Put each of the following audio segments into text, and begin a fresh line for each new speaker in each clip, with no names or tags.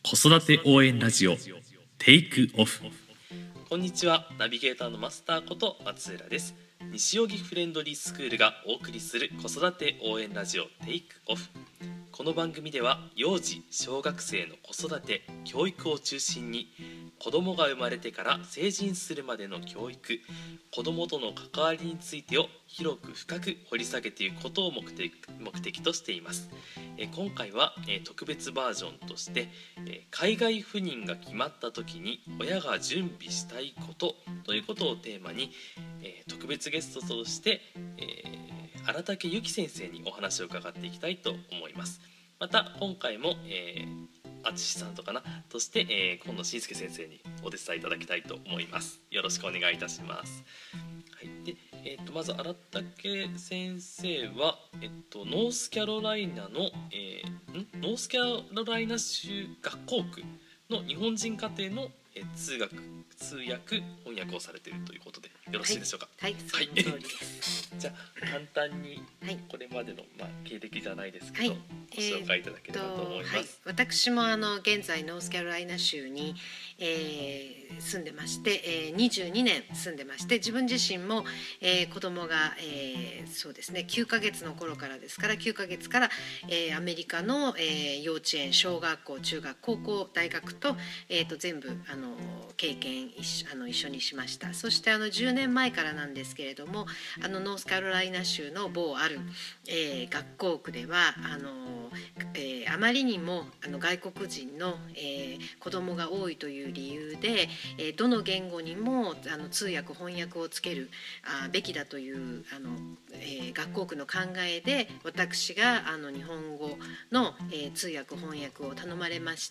子育て応援ラジオテイクオフ。
こんにちは、ナビゲーターのマスターこと松浦です。西荻フレンドリースクールがお送りする子育て応援ラジオテイクオフ。この番組では幼児小学生の子育て教育を中心に、子どもが生まれてから成人するまでの教育、子どもとの関わりについてを広く深く掘り下げていくことを目的としています。今回は特別バージョンとして海外赴任が決まった時に親が準備したいことということをテーマに、特別ゲストとして荒竹由紀先生にお話を伺っていきたいと思います。また今回もあつしさんとして、今野伸介先生にお手伝いいただきたいと思います。よろしくお願いいたします。はい、でまず荒竹先生は、ノースキャロライナの、ノースキャロライナ州学校区の日本人家庭の通訳翻訳をされているということでよろしいでしょうか。
はい、その通りです。
じゃあ簡単にこれまでの、経歴じゃないですけど、ご紹介いただければと思います。
私も現在ノースカロライナ州に、住んでまして、22年住んでまして、自分自身も、子供が、そうですね9ヶ月の頃からですから、9ヶ月から、アメリカの、幼稚園、小学校、中学、高校、大学と、全部経験一緒にしました。そして10年前からなんですけれども、ノースカロライナ州の某ある、学校区ではあまりにも外国人の、子どもが多いという理由で、どの言語にも通訳翻訳をつけるべきだという学校区の考えで、私が日本語の、通訳翻訳を頼まれまして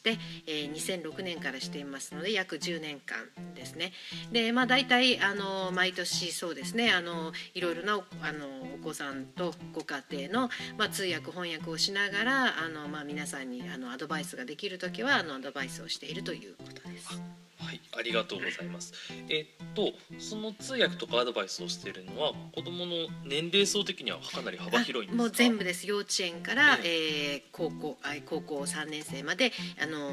、2006年からしていますので約10年間ですね。で、大体毎年そうですね、いろいろなお子さんとご家庭の、通訳翻訳をしながら皆さんにアドバイスができるときはアドバイスをしているということです。
はい、ありがとうございます。その通訳とかアドバイスをしているのは子どもの年齢層的にはかなり幅広いんですか？
もう全部です。幼稚園から、高校3年生まで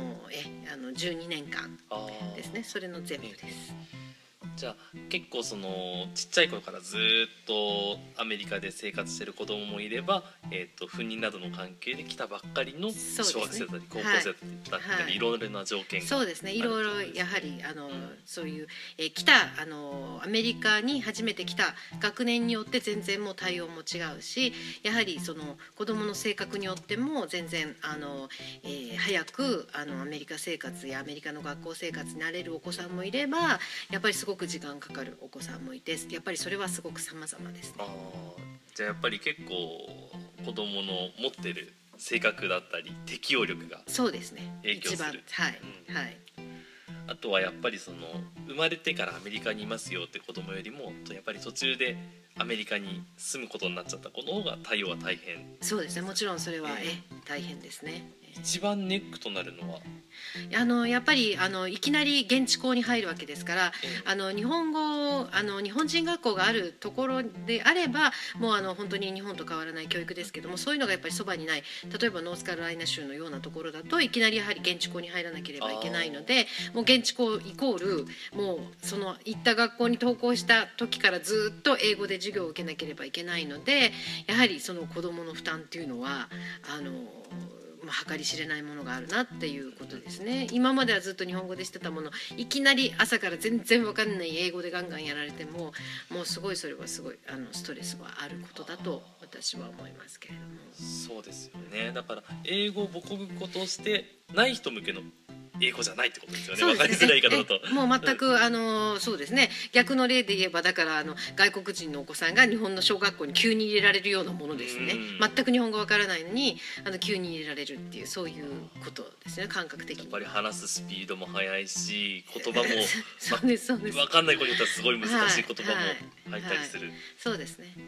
12年間ですね。それの全部です。
じゃあ結構ちっちゃい頃からずっとアメリカで生活している子どももいれば、赴任などの関係で来たばっかりの小学生だったり高校生だったり、いろいろな条件が
そうですね、いろいろやはりそういう、来たアメリカに初めて来た学年によって全然もう対応も違うし、やはりその子どもの性格によっても全然早くアメリカ生活やアメリカの学校生活に慣れるお子さんもいれば、やっぱりすごく時間かかるお子さんもいて、やっぱりそれはすごく様々ですね。
じゃあやっぱり結構子どもの持ってる性格だったり適応力が
そうですね、
影響する。
はい、
あとはやっぱり生まれてからアメリカにいますよって子どもよりもやっぱり途中でアメリカに住むことになっちゃった子の方が対応は大変。
そうですね、もちろんそれは、大変ですね。
一番ネックとなるのは
やっぱりいきなり現地校に入るわけですから、日本人学校があるところであればもう本当に日本と変わらない教育ですけども、そういうのがやっぱりそばにない、例えばノースカロライナ州のようなところだといきなりやはり現地校に入らなければいけないので、もう現地校イコールもうその行った学校に登校した時からずっと英語で授業を受けなければいけないので、やはりその子どもの負担っていうのは計り知れないものがあるなっていうことですね。今まではずっと日本語でしてたもの、いきなり朝から全然わかんない英語でガンガンやられても、もうすごいそれはすごいストレスはあることだと私は思いますけれども。
そうですよね。だから英語を母国語としてない人向けの英語じゃないってことですよね。分かりづらい言い方だと
もう全くそうですね、逆の例で言えばだから外国人のお子さんが日本の小学校に急に入れられるようなものですね。全く日本語わからないのに急に入れられるっていう、そういうことですね、感覚的に。
やっぱり話すスピードも速いし、言葉も
そうですそうです、
分かんない子によってはすごい難しい言葉も入ったりする。
そうですね。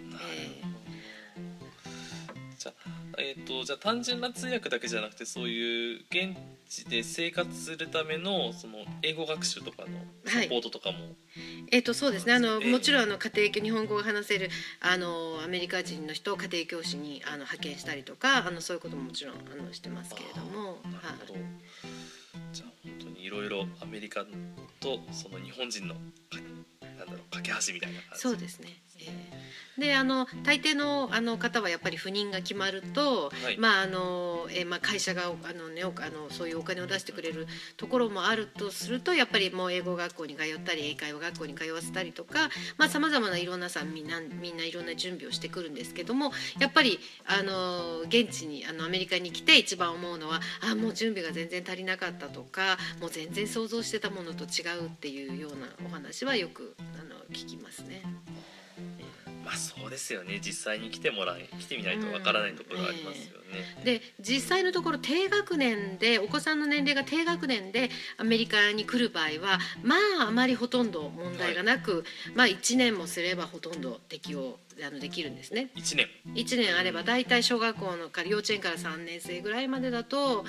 じゃあ単純な通訳だけじゃなくて、そういう現地で生活するための英語学習とかのサポートとかも、
そうですね、もちろん家庭教日本語が話せるアメリカ人の人を家庭教師に派遣したりとかそういうことももちろんしてますけれども。
なるほど。 いろいろアメリカとその日本人のなんだろう架け橋みたいな感じ。
そうですね。で大抵の方はやっぱり赴任が決まると、
はい
会社がそういうお金を出してくれるところもあるとすると、やっぱりもう英語学校に通ったり英会話学校に通わせたりとか、さまざまないろんなみんないろんな準備をしてくるんですけども、やっぱり現地にアメリカに来て一番思うのは、もう準備が全然足りなかったとか、もう全然想像してたものと違うっていうようなお話はよく聞きますね。
そうですよね。実際に来てみないとわからないところありますよね。
で実際のところ低学年でお子さんの年齢が低学年でアメリカに来る場合はあまりほとんど問題がなく、1年もすればほとんど適用できるんですね。
1
年あればだいたい小学校の幼稚園から3年生ぐらいまでだと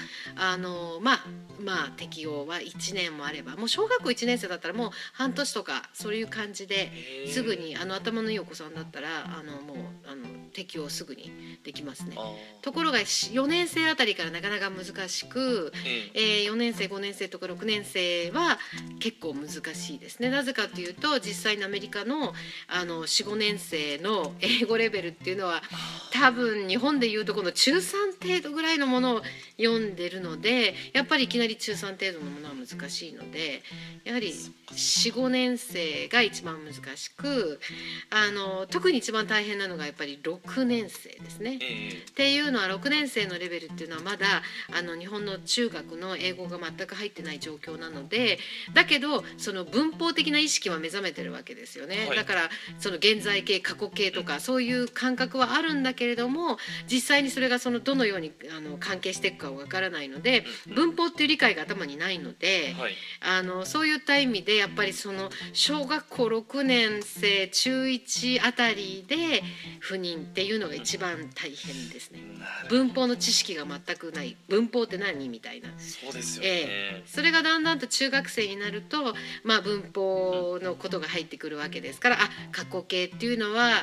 適用は1年もあれば、もう小学校1年生だったらもう半年とかそういう感じですぐに頭のいいお子さんだったらもう適用すぐにできますね。ところが4年生あたりからなかなか難しく、4年生5年生とか6年生は結構難しいですね。なぜかというと実際にアメリカの4、5年生の英語レベルっていうのは多分日本でいうとこの中3程度ぐらいのものを読んでるので、やっぱりいきなり中3程度のものは難しいので、やはり4、5年生が一番難しく、特に一番大変なのがやっぱり6年生ですね。っていうのは6年生のレベルっていうのはまだ日本の中学の英語が全く入ってない状況なので、だけどその文法的な意識は目覚めてるわけですよね。だからその現在形過去形とかそういう感覚はあるんだけれども、実際にそれがどのように関係していくかわからないので、文法っていう理解が頭にないので、そういった意味でやっぱりその小学校6年生中1あたりで赴任っていうのが一番大変ですね。文法の知識が全くない、文法って何みたいな。
そうですよね。
それがだんだんと中学生になると、文法のことが入ってくるわけですから、過去形っていうのは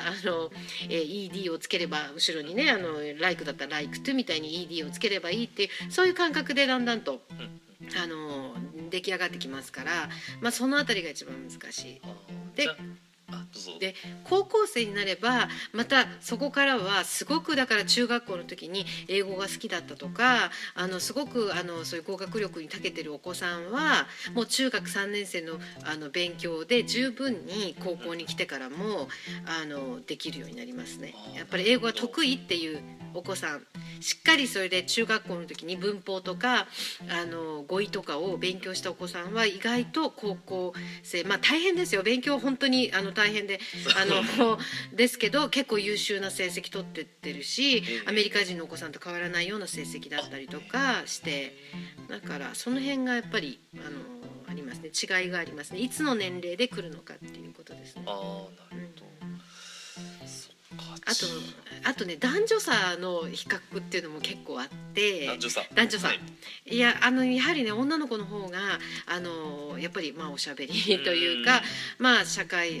ED をつければ後ろにねlike だったら like to みたいに ED をつければいいっていう、そういう感覚でだんだんと出来上がってきますから、そのあたりが一番難しい。で高校生になればまたそこからはすごくだから中学校の時に英語が好きだったとかすごくそういう語学力に長けてるお子さんはもう中学3年生の勉強で十分に高校に来てからもできるようになりますね。やっぱり英語が得意っていうお子さん、しっかりそれで中学校の時に文法とか語彙とかを勉強したお子さんは意外と高校生大変ですよ、勉強本当に大変でですけど結構優秀な成績取ってってるし、アメリカ人のお子さんと変わらないような成績だったりとかして、だからその辺がやっぱりありますね、違いがありますね。いつの年齢で来るのかっていうことですね。
なるほど。
あとね、男女差の比較っていうのも結構あって、男女差、いややはりね女の子の方がやっぱりおしゃべりというか社会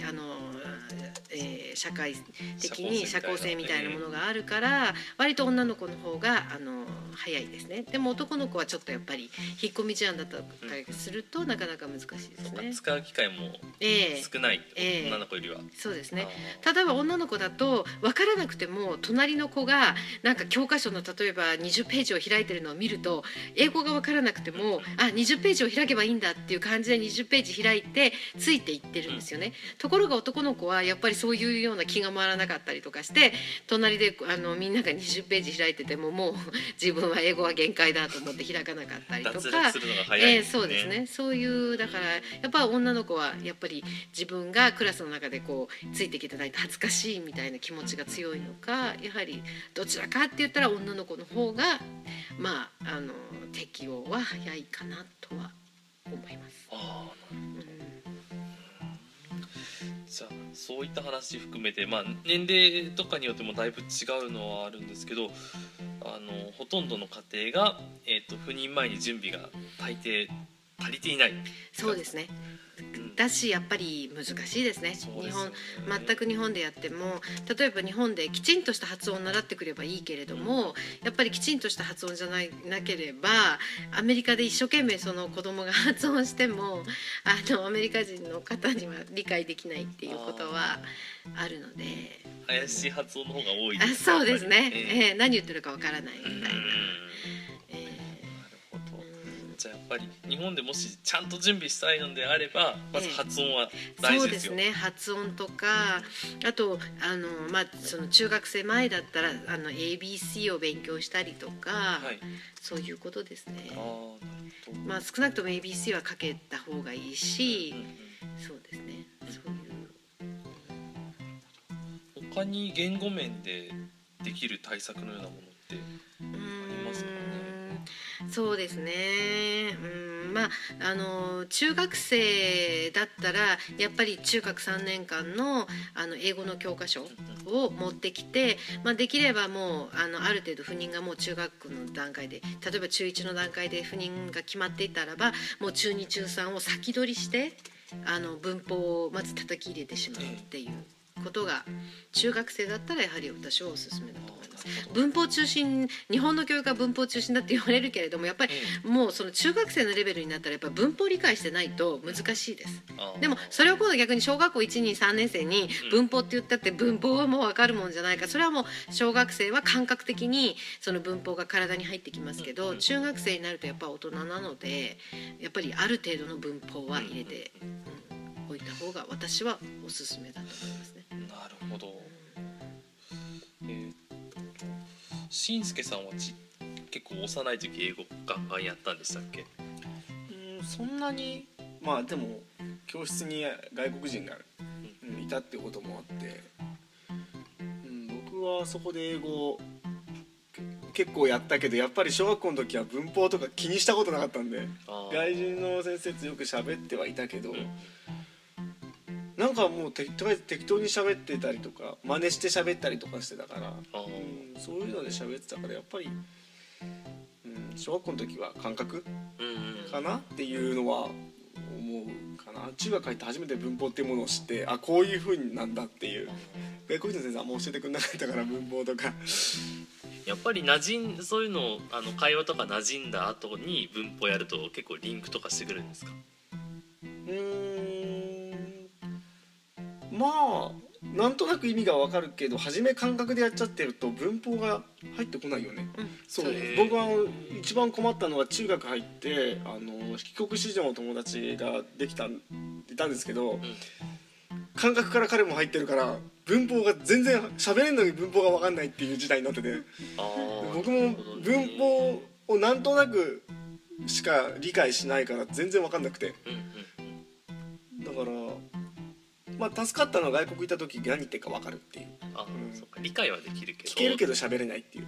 的に社交性みたいなものがあるから割と女の子の方が早いですね。でも男の子はちょっとやっぱり引っ込み思案だったりするとなかなか難しいですね。
使う機会も少ない、女の子よりは。
そうですね。例えば女の子だと分からなくても隣の子がなんか教科書の例えば20ページを開いてるのを見ると英語が分からなくても20ページを開けばいいんだっていう感じで20ページ開いてついていってるんですよね。ところが男の子はやっぱりそういうような気が回らなかったりとかして隣でみんなが20ページ開いててももう自分は英語は限界だと思って開かなかったりとかそうですね。そういうだからやっぱり女の子はやっぱり自分がクラスの中でこうついてきてないと恥ずかしいみたいな気持ちが強いのか、やはりどちらかって言ったら女の子の方が適応は早いかなとは思います。
じゃあそういった話含めて、年齢とかによってもだいぶ違うのはあるんですけど、ほとんどの家庭が、赴任前に準備が大抵足りていない。
そうですね。 だしやっぱり難しいですね。
そうですよね
全く日本でやっても、例えば日本できちんとした発音を習ってくればいいけれども、やっぱりきちんとした発音じゃなければ、アメリカで一生懸命その子供が発音してもアメリカ人の方には理解できないっていうことはあるので、
怪しい発音の方が多いです
そうですね、
やっぱり
何言ってるかわからないみたいな。
なるほど。じゃあやっぱり日本でもしちゃんと準備したいのであれば、まず発音は大事ですよ。
そうですね、発音とか、あとその中学生前だったらABC を勉強したりとか、
はい、
そういうことですね。
なるほど。
少なくとも ABC はかけた方がいいし、そうですね、そういう
他に言語面でできる対策のようなものってありますかね。
そうですね、中学生だったらやっぱり中学3年間の英語の教科書を持ってきて、できればもうある程度赴任がもう中学の段階で、例えば中1の段階で赴任が決まっていたらば、もう中2中3を先取りして文法をまず叩き入れてしまうっていうことが中学生だったらやはり私はおすすめだと思います。文法中心、日本の教育は文法中心だって言われるけれども、やっぱりもうその中学生のレベルになったらやっぱ文法を理解してないと難しいです。でもそれを今度逆に小学校1、2、3年生に文法って言ったって文法はもう分かるもんじゃないか。それはもう小学生は感覚的にその文法が体に入ってきますけど、中学生になるとやっぱ大人なので、やっぱりある程度の文法は入れておいた方が私はおすすめだと思いますね。
なるほど。しんすけさんは結構幼い時英語ガンガンやったんでしたっけ？
そんなにでも教室に外国人が、いたってこともあって、僕はそこで英語結構やったけど、やっぱり小学校の時は文法とか気にしたことなかったんで、外人の先生とよく喋ってはいたけど、なんかもう適当に喋ってたりとか真似して喋ったりとかしてたから、そういうので喋ってたから、やっぱり、小学校の時は感覚かなっていうのは思うかな。中学入って初めて文法っていうものを知って、こういう風になんだっていう、外国人の先生はもう教えてくれなかったから、文法とか
やっぱりそういうのを会話とか馴染んだ後に文法やると結構リンクとかしてくるんですか？
なんとなく意味がわかるけど、初め感覚でやっちゃってると文法が入ってこないよね。僕は一番困ったのは中学入って帰国子女の友達がいたんですけど、感覚から彼も入ってるから文法が全然喋れんのに文法がわかんないっていう時代になってて、僕も文法をなんとなくしか理解しないから全然わかんなくて、だから助かったのは外国行った時何言ってるか分かるっていう。
そうか、理解はできるけど
聞けるけど喋れないっていう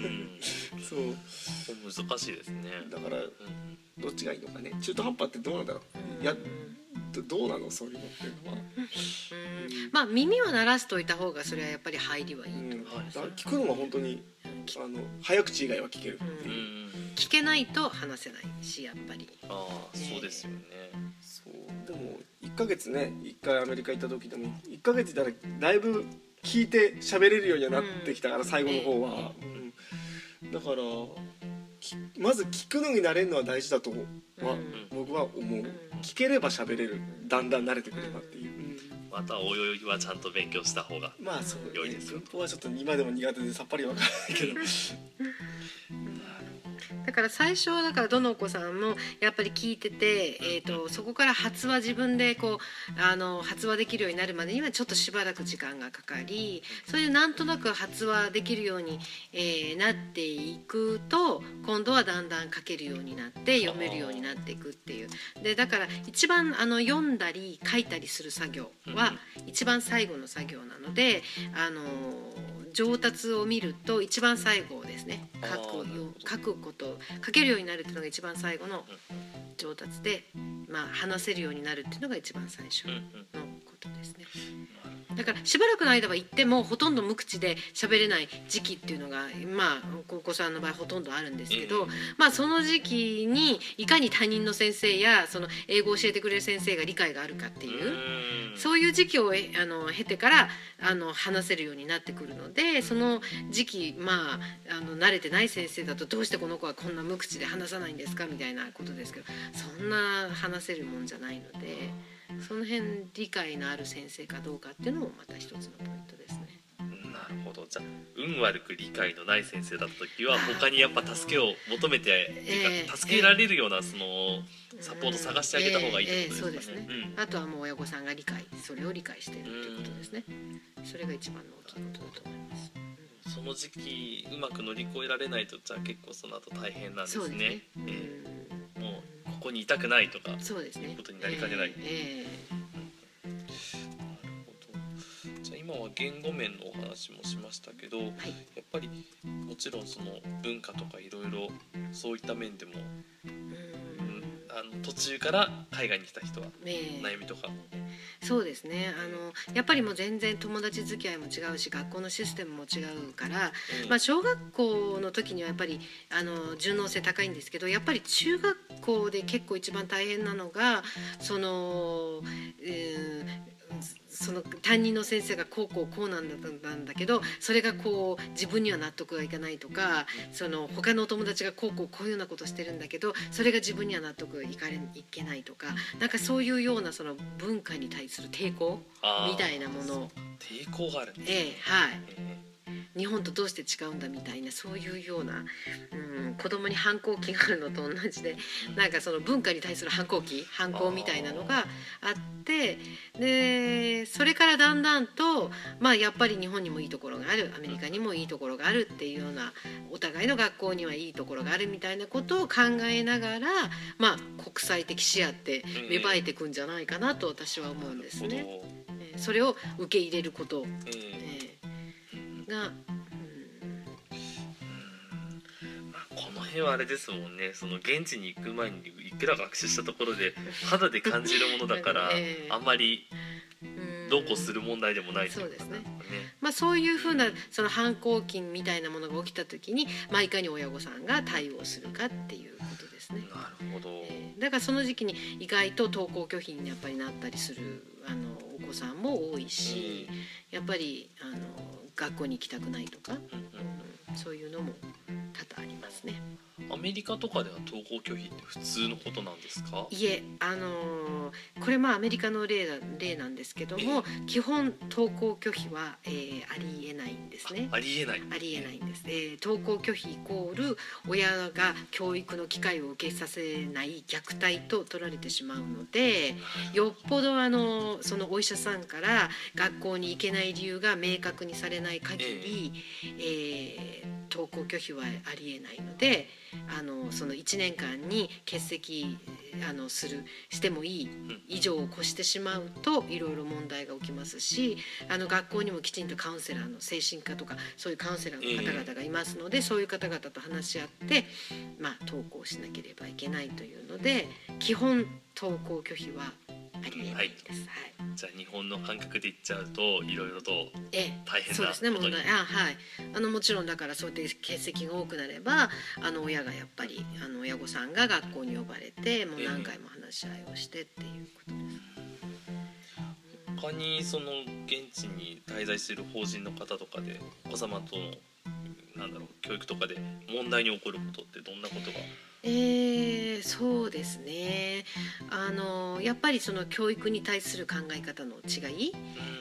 そう難しいですね。
だから、どっちがいいのかね。中途半端ってどうなんだろう。どうなのそういうのっていうのは。
耳を鳴らしといた方がそれはやっぱり入りはいいと思います。
聞くのは本当に早口以外は聞けるっていう、
聞けないと話せないし、やっぱり
そうですよね。
でも1ヶ月ね、1回アメリカ行った時でも1ヶ月いたらだいぶ聞いて喋れるようにはなってきたから、最後の方は、だからまず聞くのに慣れるのは大事だと僕は思う。聞ければ喋れる、だんだん慣れてくればっていう。
またおいおいはちゃんと勉強した方が良いですよ。
文法はちょっと今でも苦手でさっぱりわからないけど
だから最初はどのお子さんもやっぱり聞いてて、そこから発話自分で発話できるようになるまでにはちょっとしばらく時間がかかり、それでなんとなく発話できるように、なっていくと、今度はだんだん書けるようになって読めるようになっていくっていう。でだから一番読んだり書いたりする作業は一番最後の作業なので、上達を見ると一番最後ですね。書くこと書けるようになるっていうのが一番最後の上達で、話せるようになるっていうのが一番最初のことですね。 だからしばらくの間は行ってもほとんど無口で喋れない時期っていうのがまあお子さんの場合ほとんどあるんですけど、まあその時期にいかに他人の先生やその英語を教えてくれる先生が理解があるかっていうそういう時期を経てから話せるようになってくるので、その時期まあ慣れてない先生だとどうしてこの子はこんな無口で話さないんですかみたいなことですけど、そんな話せるもんじゃないので、その辺理解のある先生かどうかっていうのもまた一つのポイントですね。
なるほど。じゃあ運悪く理解のない先生だった時は他にやっぱ助けを求めて、助けられるようなそのサポートを探してあげた方がいいってことですかね。
あとはもう親御さんがそれを理解しているということですね。それが一番の大きいことだと思います。
その時期うまく乗り越えられないとじゃあ結構その後大変なんですね。
そうですね。
もうここにいたくないとか
そうですね。
いうことになりかねない。なるほど。じゃあ今は言語面のお話もしましたけど、やっぱりもちろんその文化とかいろいろそういった面でも、途中から海外に来た人は悩みとか。
そうですね。やっぱりもう全然友達付き合いも違うし学校のシステムも違うから、まあ、小学校の時にはやっぱり順応性高いんですけど、やっぱり中学校で結構一番大変なのがその担任の先生がこうなんだけど、それがこう自分には納得がいかないとか、その他のお友達がこういうようなことしてるんだけどそれが自分には納得いけないとか、なんかそういうようなその文化に対する抵抗みたいなもの、
抵抗があるんですね。
はい。日本とどうして違うんだみたいなそういうような、子供に反抗期があるのと同じで、なんかその文化に対する反抗みたいなのがあって、でそれからだんだんと、まあ、やっぱり日本にもいいところがある、アメリカにもいいところがあるっていうような、お互いの学校にはいいところがあるみたいなことを考えながら、まあ、国際的視野って芽生えていくんじゃないかなと私は思うんですね。それを受け入れることが、
この辺はあれですもんね。その現地に行く前にいくら学習したところで肌で感じるものだからあんまりどうこうする問題でもないということですね。
まあ、そういうふうなその反抗期みたいなものが起きた時に、まあ、いかに親御さんが対応するかっていうことですね。
なるほど。
だからその時期に意外と登校拒否にやっぱりなったりするお子さんも多いし、やっぱり学校に行きたくないとか、そういうのも多々ありますね。
アメリカとかでは登校拒否って普通のことなんですか？
いえ、これまあアメリカの例なんですけども、基本登校拒否は、ありえないんですね。
ありえないん
です。登校拒否イコール親が教育の機会を受けさせない虐待と取られてしまうので、よっぽどそのお医者さんから学校に行けない理由が明確にされない限り、登校拒否はありえないので、その1年間に欠席してもいい以上を越してしまうといろいろ問題が起きますし、学校にもきちんとカウンセラーの精神科とかそういうカウンセラーの方々がいますので、そういう方々と話し合って、まあ、登校しなければいけないというので、基本登校拒否はありえないです。
じゃあ日本の感覚で言っちゃうといろいろと大変なことに、
そうですね、問題。もちろんだからそうやって欠席が多くなれば親がやっぱり親御さんが学校に呼ばれてもう何回も話し合いをしてっていうことです。
他にその現地に滞在している法人の方とかでお子様との教育とかで問題に起こることってどんなことが？
そうですね。やっぱりその教育に対する考え方の違い、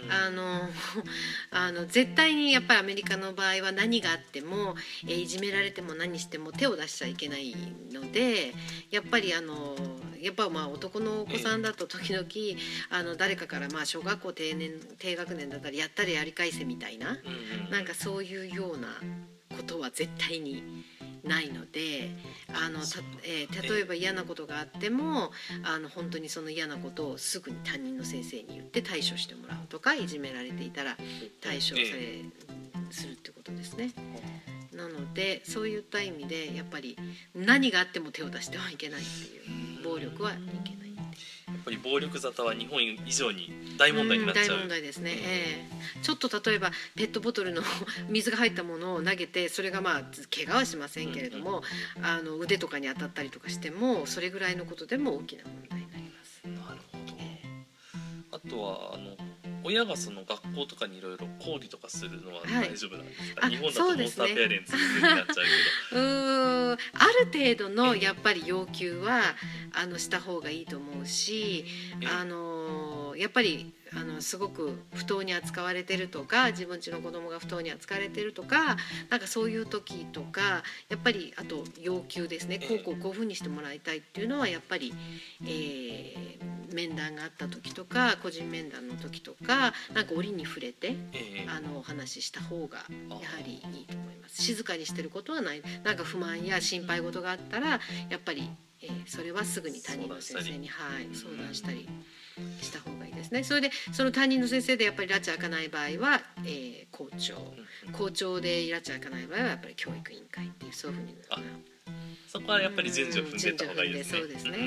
絶対にやっぱりアメリカの場合は何があっても、いじめられても何しても手を出しちゃいけないので、やっぱりまあ男のお子さんだと時々誰かからまあ小学校低学年だったらやったらやり返せみたいな、なんかそういうようなことは絶対にないので、例えば嫌なことがあっても本当にその嫌なことをすぐに担任の先生に言って対処してもらうとか、いじめられていたら対処するってことですね。なのでそういった意味でやっぱり何があっても手を出してはいけないっていう、暴力はいけないっていう
っぱり暴力沙汰は日本以上に大問題になっちゃう。
大問題ですね、ちょっと例えばペットボトルの水が入ったものを投げて、それがまあ怪我はしませんけれども、腕とかに当たったりとかしても、それぐらいのことでも大きな問題になります。
なるほど。あとは親がその学校とかにいろいろ抗議とかするのは大丈夫なんですか？日本だとモンスターペアレンツになっちゃうけど
ある程度のやっぱり要求はした方がいいと思うし、やっぱりすごく不当に扱われてるとか、自分家の子供が不当に扱われてるとか、なんかそういう時とか、やっぱりあと要求ですね、こういうふうにしてもらいたいっていうのはやっぱり、面談があった時とか、個人面談の時とか、なんか折に触れて、お話しした方がやはりいいと思います。静かにしてることはない。なんか不満や心配事があったらやっぱり、それはすぐに担任の先生に相談したりした方がいいですね。それでその担任の先生でやっぱり拉致開かない場合は、校長で拉致開かない場合はやっぱり教育委員会っていう、そういうふうに
そこはやっぱり順序を踏んでいった方がいいですね。
そうですね、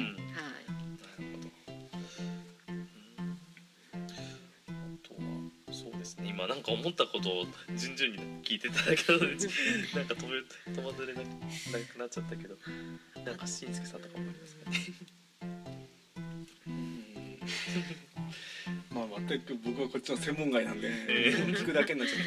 そうですね、今なんか思ったことを順々に聞いてただけなのでなんか戸惑れなくなっちゃったけど、なんかしんすけさんとかもありますかね
まあ全く僕はこっちの専門外なんで、聞くだけになっちゃって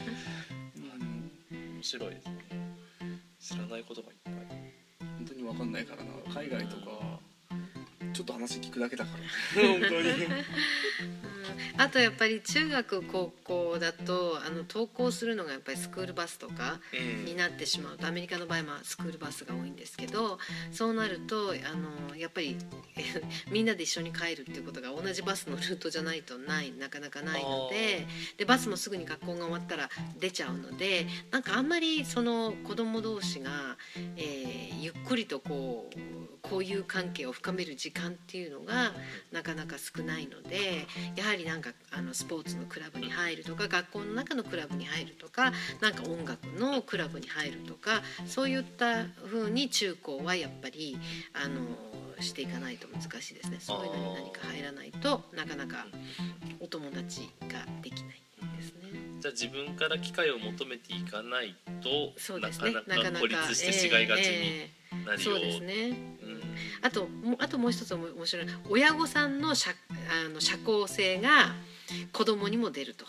面白いですね。知らないことがいっぱい。
本当に分かんないからな。海外とかちょっと話聞くだけだから本当に
あとやっぱり中学高校だと登校するのがやっぱりスクールバスとかになってしまうと、アメリカの場合はスクールバスが多いんですけど、そうなるとやっぱりみんなで一緒に帰るっていうことが、同じバスのルートじゃないとなかなかないので、バスもすぐに学校が終わったら出ちゃうので、なんかあんまりその子ども同士が、ゆっくりと交友関係を深める時間っていうのがなかなか少ないので、やはりなんかスポーツのクラブに入るとか、学校の中のクラブに入るとか、なんか音楽のクラブに入るとか、そういった風に中高はやっぱりしていかないと難しいですね。そういうのに何か入らないとなかなかお友達ができないですね。
じゃあ自分から機会を求めていかないと、
そうですね、
なかなか孤立してしまいがちになるよう。
そうですね、あともう一つ面白い、親御さんの社交性が子供にも出ると。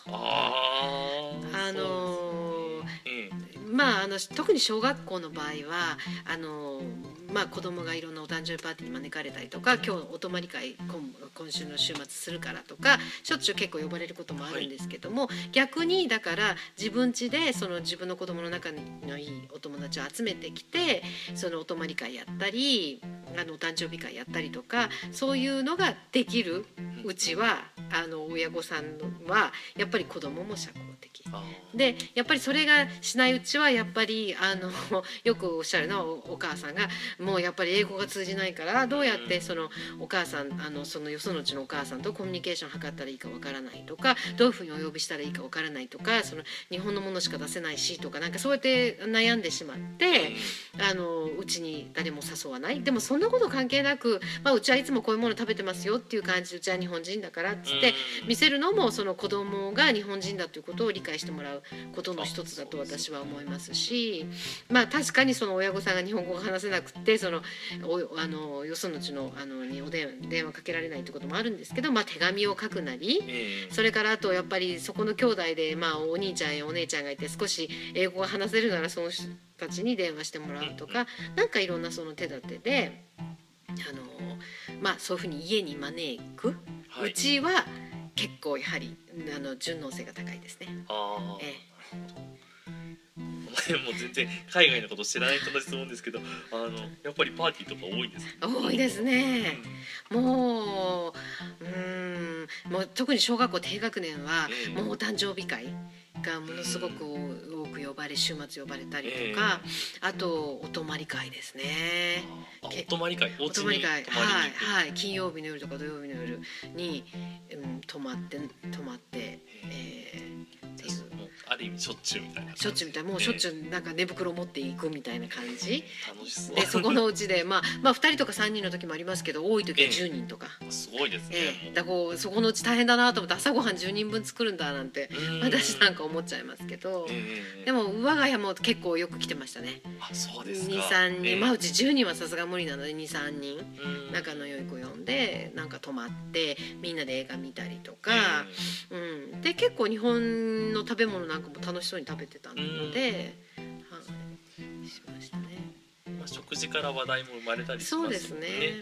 特に小学校の場合は子供がいろんなお誕生日パーティーに招かれたりとか、今日お泊まり会今週の週末するからとか、しょっちゅう結構呼ばれることもあるんですけども、逆にだから自分家で自分の子供の仲のいいお友達を集めてきて、そのお泊まり会やったりお誕生日会やったりとか、そういうのができるうちは親御さんはやっぱり子供も社交的で、やっぱりそれがしないうちはやっぱりよくおっしゃるのはお母さんが、もうやっぱり英語が通じないからどうやってそのお母さんそのよそのうちのお母さんとコミュニケーションを図ったらいいかわからないとか、どういうふうにお呼びしたらいいかわからないとか、その日本のものしか出せないしとか、なんかそうやって悩んでしまってうちに誰も誘わない。でもそんなこと関係なく、うちはいつもこういうもの食べてますよっていう感じで、うちは日本人だからっつって見せるのも、その子供が日本人だということを理解してもらうことの一つだと私は思いますし、確かにその親御さんが日本語が話せなくて、そのよそのうちのに電話かけられないってこともあるんですけど、手紙を書くなり、それからあとやっぱりそこの兄弟でお兄ちゃんやお姉ちゃんがいて少し英語が話せるならその人たちに電話してもらうとか、なんかいろんなその手立てでそういうふうに家に招く、うちは結構やはり順応性が高いですね。
もう全然海外のこと知らない人たちと思うんですけど、やっぱりパーティーとか多いんですか？
多いですね。もう特に小学校低学年はもうお誕生日会がものすごく多く呼ばれ、週末呼ばれたりとか、あとお泊まり会ですね。
お泊まり会、
お泊まり会、金曜日の夜とか土曜日の夜に泊まってっていう。
ある意味しょっちゅうみたいな感じ。
しょっちゅうみたいな、もうしょっちゅうなんか寝袋持っていくみたいな感じ
楽しそう。
で、そこのうちでまあ2人とか3人の時もありますけど、多い時は10人とか、
すごいですね。
だからこうそこのうち大変だなと思って、朝ごはん10人分作るんだなんて私なんか思っちゃいますけど、でも我が家も結構よく来てましたね。
あ、そうですか。
2、3人、まあうち10人はさすが無理なので2、3人
うん
仲の良い子呼んでなんか泊まってみんなで映画見たりとか、で結構日本の食べ物なんかも楽しそうに食べてたので、はい、しましたね。
まあ、食事から話題も生まれたりし
そう
ますよね。
ですね。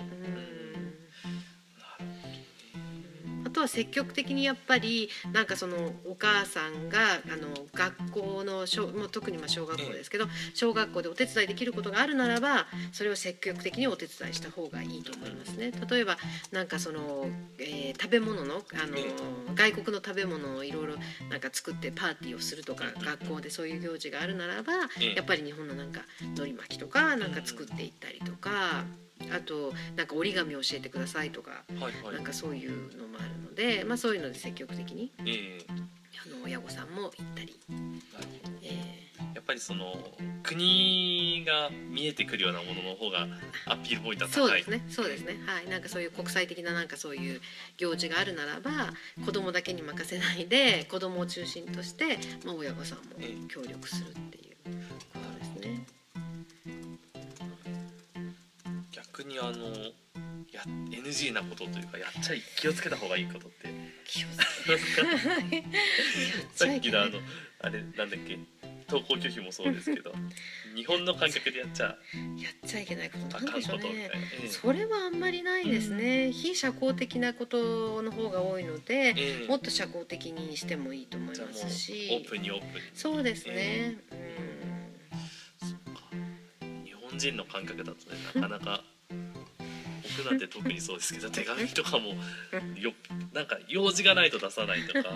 あとは積極的にやっぱりなんかそのお母さんが学校のもう特にまあ小学校ですけど、小学校でお手伝いできることがあるならばそれを積極的にお手伝いした方がいいと思いますね。例えばなんかその、食べ物の外国の食べ物をいろいろなんか作ってパーティーをするとか、学校でそういう行事があるならばやっぱり日本のなんか海苔巻きとかなんか作っていったりとか。あとなんか折り紙を教えてくださいとか、なんかそういうのもあるので、まあ、そういうので積極的に、親御さんも行ったり、
やっぱりその国が見えてくるようなものの方がアピールポイントは高い。
そうですね、はい、なんかそういう国際的ななんかそういう行事があるならば子供だけに任せないで子供を中心として、まあ、親御さんも協力するっていうことですね。
逆にNG なことというか気をつけた方がいいことって
気をつけ
さっきのあれなんだっけ、登校拒否もそうですけど日本の感覚でやっちゃ
いけないことなんでしょうね。
い
それはあんまりないですね。非社交的なことの方が多いので、もっと社交的にしてもいいと思いますし、
オープンに
そうですね、
日本人の感覚だとね、なかなか僕なんて特にそうですけど手紙とかもなんか用事がないと出さないとか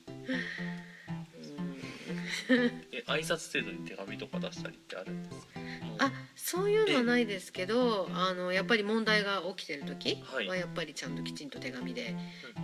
挨拶程度に手紙とか出したりってあるんですか？
そういうのはないですけど、やっぱり問題が起きてる時はやっぱりちゃんときちんと手紙で、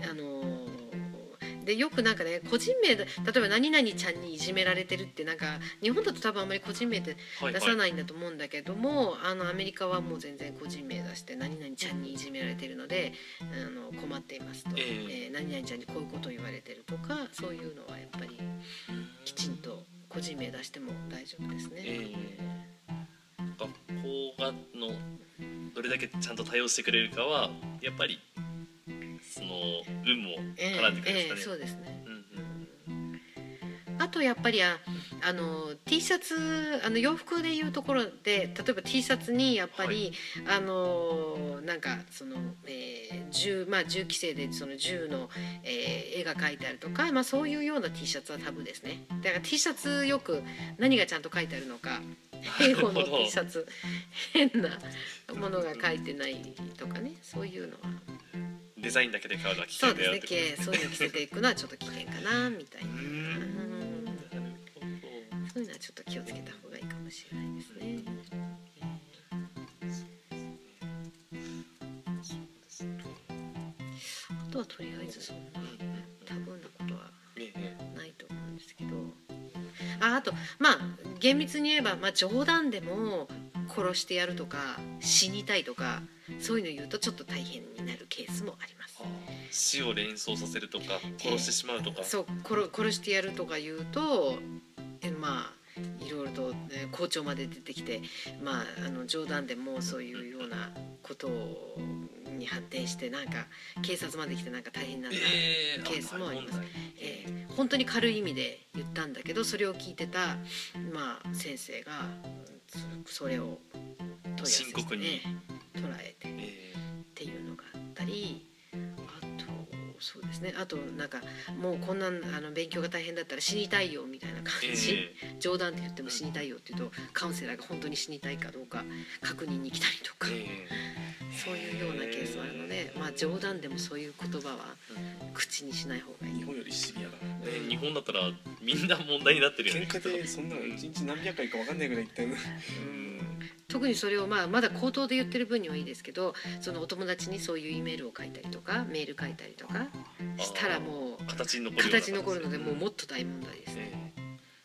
でよくなんかね個人名で例えば何々ちゃんにいじめられてるってなんか日本だと多分あんまり個人名って出さないんだと思うんだけども、アメリカはもう全然個人名出して何々ちゃんにいじめられてるので困っていますと、何々ちゃんにこういうことを言われてるとか、そういうのはやっぱりきちんと個人名出しても大丈夫ですね。
学校どれだけちゃんと対応してくれるかはやっぱりその運も絡んでくるんですかね。
そうですね。あとやっぱりT シャツ洋服でいうところで例えば T シャツにやっぱり、なんかその、銃規制でその銃の、絵が描いてあるとか、そういうような T シャツはタブーですね。だから T シャツよく何がちゃんと書いてあるのか、英語の T シャツ変なものが書いてないとかね、そういうのは。
デザインだけで買うのは危
そう
険だよ
ですね。そういうの着せていくのはちょっと危険かなみたいな。そういうのはちょっと気をつけた方がいいかもしれないですね。あとはとりあえずそんな多分なことはないと思うんですけど、あと厳密に言えば、冗談でも殺してやるとか死にたいとかそういうの言うとちょっと大変になるケースもあります。
死を連想させるとか殺してしまうとか、
そう殺してやるとか言うといろいろと、校長まで出てきて、冗談でもそういうようなことに発展してなんか警察まで来てなんか大変になるケースもあります。本当に軽い意味で言ったんだけどそれを聞いてた、先生がそれを
深刻に
捉えてっていうのがあったり、あとそうですね、あとなんかもうこんなん勉強が大変だったら死にたいよみたいな感じ、冗談って言っても死にたいよって言うとカウンセラーが本当に死にたいかどうか確認に来たりとか、そういうようなケースはあるので、冗談でもそういう言葉は口にしない方がいい。
日本よりシビアだ
ね、日本だったらみんな問題になってるよね。
喧嘩でそんなの一日何百回か分かんないぐらい言ったよね。
特にそれをまだ口頭で言ってる分にはいいですけど、そのお友達にそういう E メールを書いたりとかメール書いたりとかしたらもう
形に残る
のでもうもっと大問題ですね。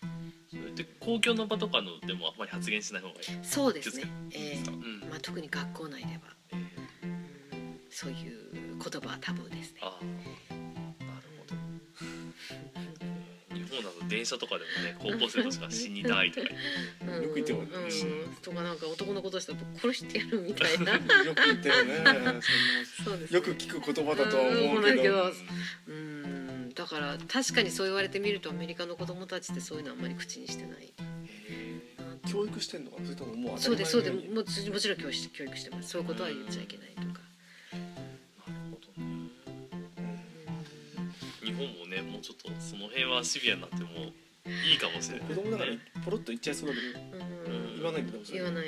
で公共の場とかのでもあんまり発言しない方がいい。
そうですね。
うん
特に学校内では、そういう言葉はタブーですね。
ああ、なるほど。日本だと電車とかでもね、高校生としか死にたいとか言って
よく言ってもね
とかなんか男の子としては殺してやるみたいな。
よく言ったよね。
そうですね。
よく聞く言葉だとは思うけど。
だから確かにそう言われてみるとアメリカの子供たちってそういうのあんまり口にしてない。
教育してんのかな、それとももう
そうです
当たり前
もちろん教育してます。そういうことは言っちゃいけないとか。
なるほどね。日本もね、もうちょっとその辺はシビアになってもいいかもしれない、
子供だからポロッと言っちゃいそうだけど、言わないんだもん。
言わない。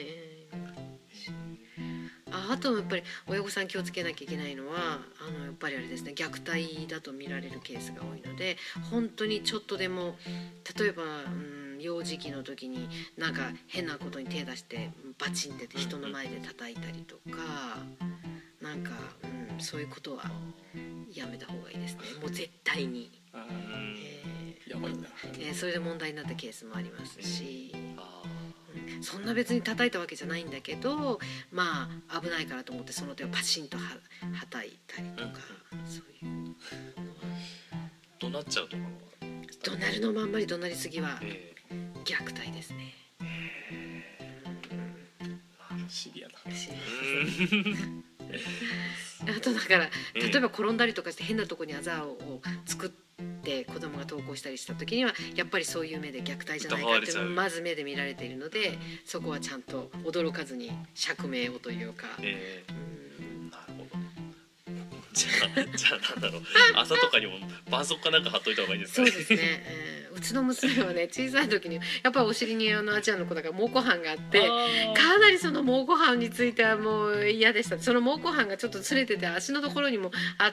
あとやっぱり親御さん気をつけなきゃいけないのはやっぱりあれですね、虐待だと見られるケースが多いので、本当にちょっとでも例えば、幼児期の時になんか変なことに手出してバチンって人の前で叩いたりとか、なんか、そういうことはやめた方がいいですね。もう絶対に。
やばいんだ。
それで問題になったケースもありますし。そんな別に叩いたわけじゃないんだけど、まあ危ないからと思ってその手をパシンとはたいたりとか、そういう
怒鳴っちゃうとかは
怒鳴るのもあんまり怒鳴りすぎは虐待ですね。
シビアな。
あとだから例えば転んだりとかして変なとこにあざを作って子供が登校したりした時にはやっぱりそういう目で虐待じゃないかっていうのをまず目で見られているので、そこはちゃんと驚かずに釈明をというか。
なるほど。じゃあなんだろう、朝とかにも絆創膏かなんか貼っといた方がいいですかね。
そうですね。うちの娘はね、小さい時にやっぱりお尻にアジアの子だから蒙古斑があって、かなりその蒙古斑についてはもう嫌でした。その蒙古斑がちょっとずれてて足のところにもあって、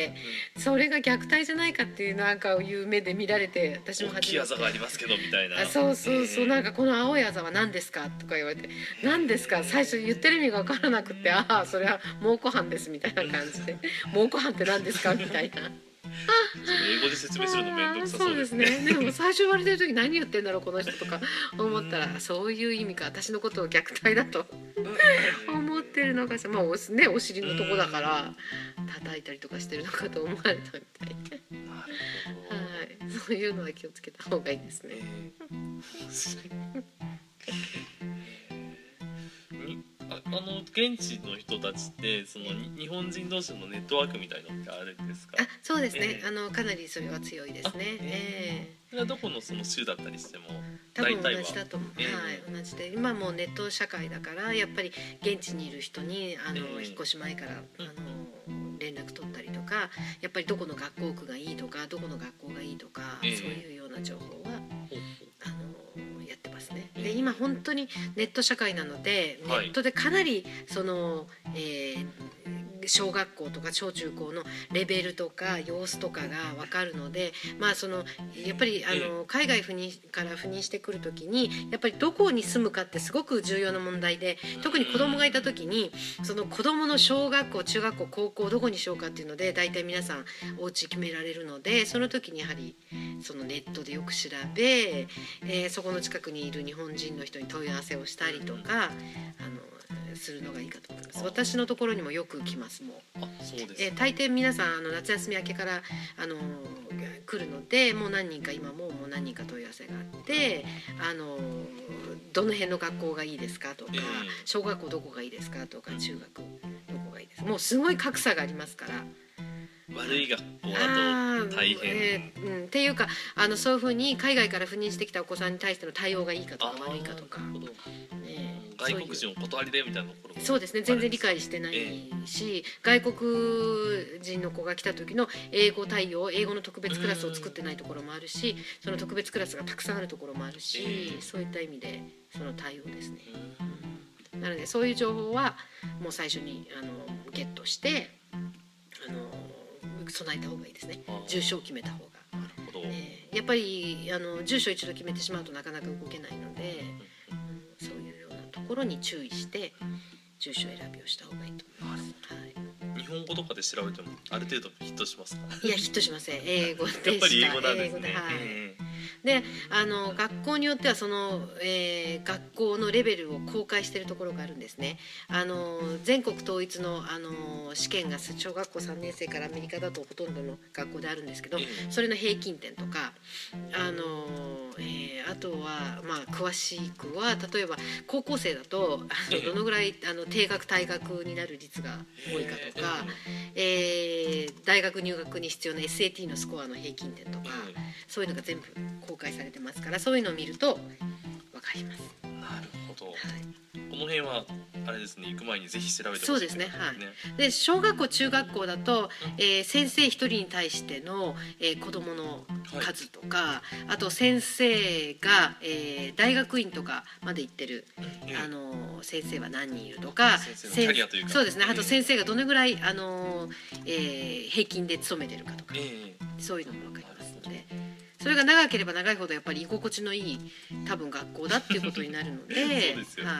それが虐待じゃないかっていうなんかいう目で見られて、私も
大きいあざがありますけどみたいな。
そうなんかこの青いあざは何ですかとか言われて、何ですか最初言ってる意味が分からなくて、ああそれは蒙古斑ですみたいな感じで、蒙古斑って何ですかみたいな。
英語で説明するの面倒くさそうですね。
でも最初言われてる時何言ってんだろうこの人とか思ったら、そういう意味か、私のことを虐待だと思ってるのかしら。まあお尻のとこだから叩いたりとかしてるのかと思われたみたいで、そういうのは気をつけた方がいいですね。
現地の人たちってその日本人同士のネットワークみたいのってあるんですか？
そうですね。かなりそれは強いですね。
それはどこのその州だったりしても
多分同じだと思う。同じで、今もうネット社会だからやっぱり現地にいる人に引っ越し前から連絡取ったりとか、やっぱりどこの学校区がいいとかどこの学校がいいとか、そういうような情報はやってますね。で今本当にネット社会なので、ネットでかなりその、小学校とか小中高のレベルとか様子とかが分かるので、まあそのやっぱり海外から赴任してくる時にやっぱりどこに住むかってすごく重要な問題で、特に子供がいた時にその子供の小学校中学校高校どこにしようかっていうので大体皆さんお家決められるので、その時にやはりそのネットでよく調べ、そこの近くにいる日本人の人に問い合わせをしたりとかするのがいいかと思います。私のところにもよく来ます。もう
そうです、
大抵皆さん夏休み明けから来るので、もう何人か今もう何人か問い合わせがあって、どの辺の学校がいいですかとか、小学校どこがいいですかとか、中学どこがいいですか、もうすごい格差がありますから。
悪い学校だと大変、
っていうかそういうふうに海外から赴任してきたお子さんに対しての対応がいいかとか悪いかとか、
外国人お断りでみたいなところも
そうですね、全然理解してないし、外国人の子が来た時の英語対応、英語の特別クラスを作ってないところもあるし、その特別クラスがたくさんあるところもあるし、そういった意味でその対応ですね。なのでそういう情報はもう最初にゲットして備えた方がいいですね。住所を決めた方が。やっぱり住所一度決めてしまうとなかなか動けないので、そういうようなところに注意して住所選びをした方がいいと思います。
日本語とかで調べてもある程度ヒットしますか？
いやヒットしません。英語でした。
やっぱり英語なんですね。
で学校によってはその、学校のレベルを公開しているところがあるんですね。全国統一の、試験が小学校3年生からアメリカだとほとんどの学校であるんですけど、それの平均点とかあとは、詳しくは例えば高校生だとどのぐらい定額退学になる率が多いかとか、大学入学に必要な SAT のスコアの平均点とか、そういうのが全部公開されてますから、そういうのを見ると分かります。
なるほど、
はい、
この辺はあれですね、行く前にぜひ調べてほしい。
そうですね、はい。で小学校中学校だと、先生一人に対しての、子どもの数とか、あと先生が、大学院とかまで行ってる、先生は何人いるとか、
先生のキャリアというか、
そうですね、あと先生がどのぐらい、平均で勤めてるかとか、そういうのも分かりますので、それが長ければ長いほどやっぱり居心地のいい多分学校だっていうことになるので
そうですよね、
はい、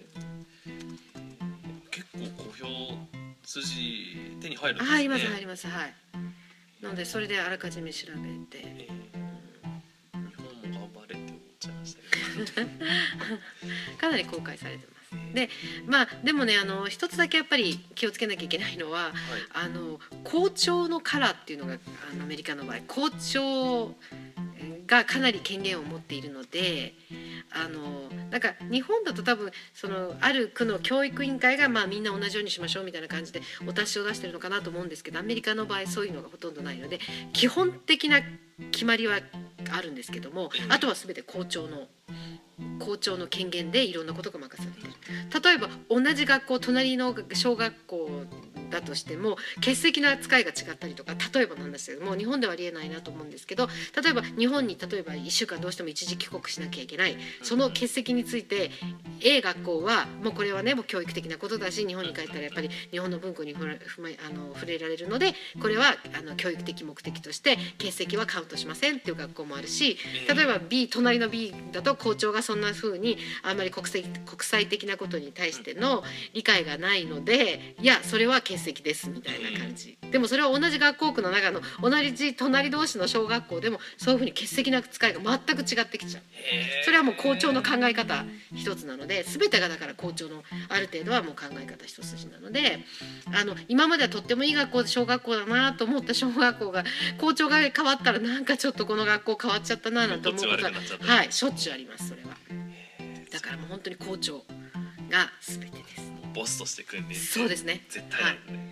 結構公表数字手に入るんですね。
入ります入ります、はい。なのでそれであらかじめ調べて、
日本も頑張れって思っちゃいましたけど
かなり公開されてます。ででもね一つだけやっぱり気をつけなきゃいけないのは、校長のカラーっていうのがアメリカの場合校長がかなり権限を持っているので、なんか日本だと多分そのある区の教育委員会がみんな同じようにしましょうみたいな感じでお達しを出してるのかなと思うんですけど、アメリカの場合そういうのがほとんどないので、基本的な決まりはあるんですけども、あとは全て校長の権限でいろんなことが任されている。例えば同じ学校隣の小学校だとしても欠席の扱いが違ったりとか、例えばなんですけども日本ではありえないなと思うんですけど、例えば日本に1週間どうしても一時帰国しなきゃいけない、その欠席について A 学校はもうこれはねもう教育的なことだし、日本に帰ったらやっぱり日本の文化に触れられるので、これは教育的目的として欠席はカウントしませんっていう学校もあるし、例えば隣の B だと校長がそんな風にあんまり国際的なことに対しての理解がないので、いやそれは欠席ですみたいな感じ。でもそれは同じ学校区の中の同じ隣同士の小学校でもそういう風に欠席の扱いが全く違ってきちゃう。それはもう校長の考え方一つなので、全てがだから校長のある程度はもう考え方一筋なので、今まではとってもいい小学校だなと思った小学校が校長が変わったらなんかちょっとこの学校変わっちゃったななんて思うことはしょっちゅうあります。それはだからもう本当に校長が全てです。
ボスとして訓練
そうですね、
絶対なんで、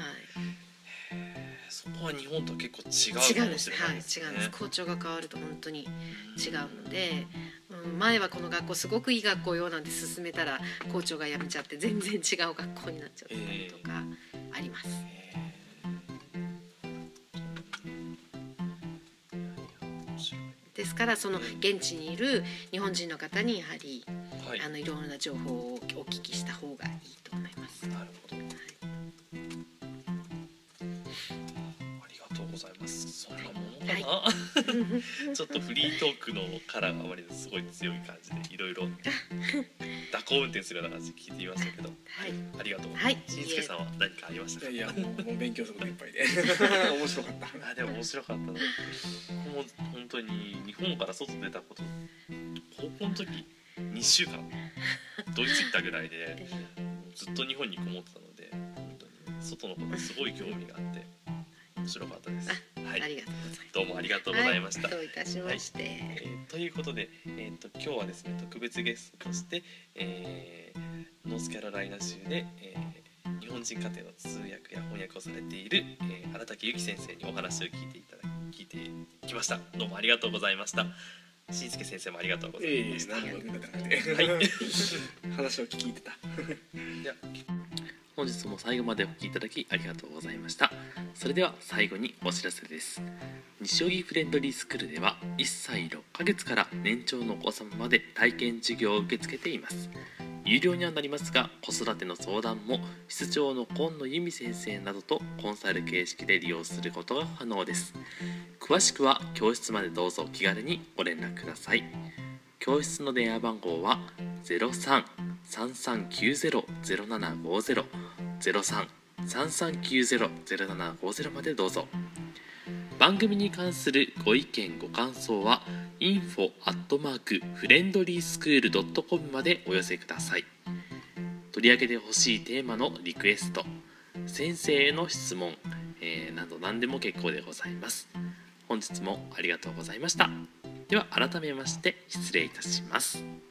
そこは日本とは結構違うかもしれないですね。
違うんです。校長が変わると本当に違うので、前はこの学校すごくいい学校よなんて勧めたら校長が辞めちゃって全然違う学校になっちゃったりとかあります。ですからその現地にいる日本人の方にやはり、いろんな情報をお聞きした方がいいと思います。
なるほど、ありがとうございます。そんなものかな、ちょっとフリートークのカラーがあまりすごい強い感じでいろいろ蛇行運転するような感じで聞いてみましたけど、ありがとうございます。しんすけさんは何かありましたか？
いやもう勉強することいっぱいで面白かった。
でも面白かったな。もう本当に日本から外出たこと高校の時2週間ドイツ行ったぐらいでずっと日本にこもってたので、本当に外のことすごい興味があって面白かったです。
ありがとうございます。
どうもありがとうございました。
どういたしまして。
ということで、今日はですね特別ゲストとして、ノースキャロライナ州で、日本人家庭の通訳や翻訳をされている、荒竹由紀先生にお話を聞いてきました。どうもありがとうございました。しんすけ先生もありがとうございました。
話を聞いてた。
では本日も最後までお聞きいただきありがとうございました。それでは最後にお知らせです。西荻フレンドリースクールでは1歳6ヶ月から年長のお子様まで体験授業を受け付けています。有料にはなりますが、子育ての相談も室長の今野由美先生などとコンサル形式で利用することが可能です。詳しくは教室までどうぞ気軽にご連絡ください。教室の電話番号は 03-3390-0750 03-3390-0750 までどうぞ。 番組に関するご意見ご感想は info@friendlyschool.com までお寄せください。取り上げてほしいテーマのリクエスト、先生への質問、など何でも結構でございます。本日もありがとうございました。では改めまして失礼いたします。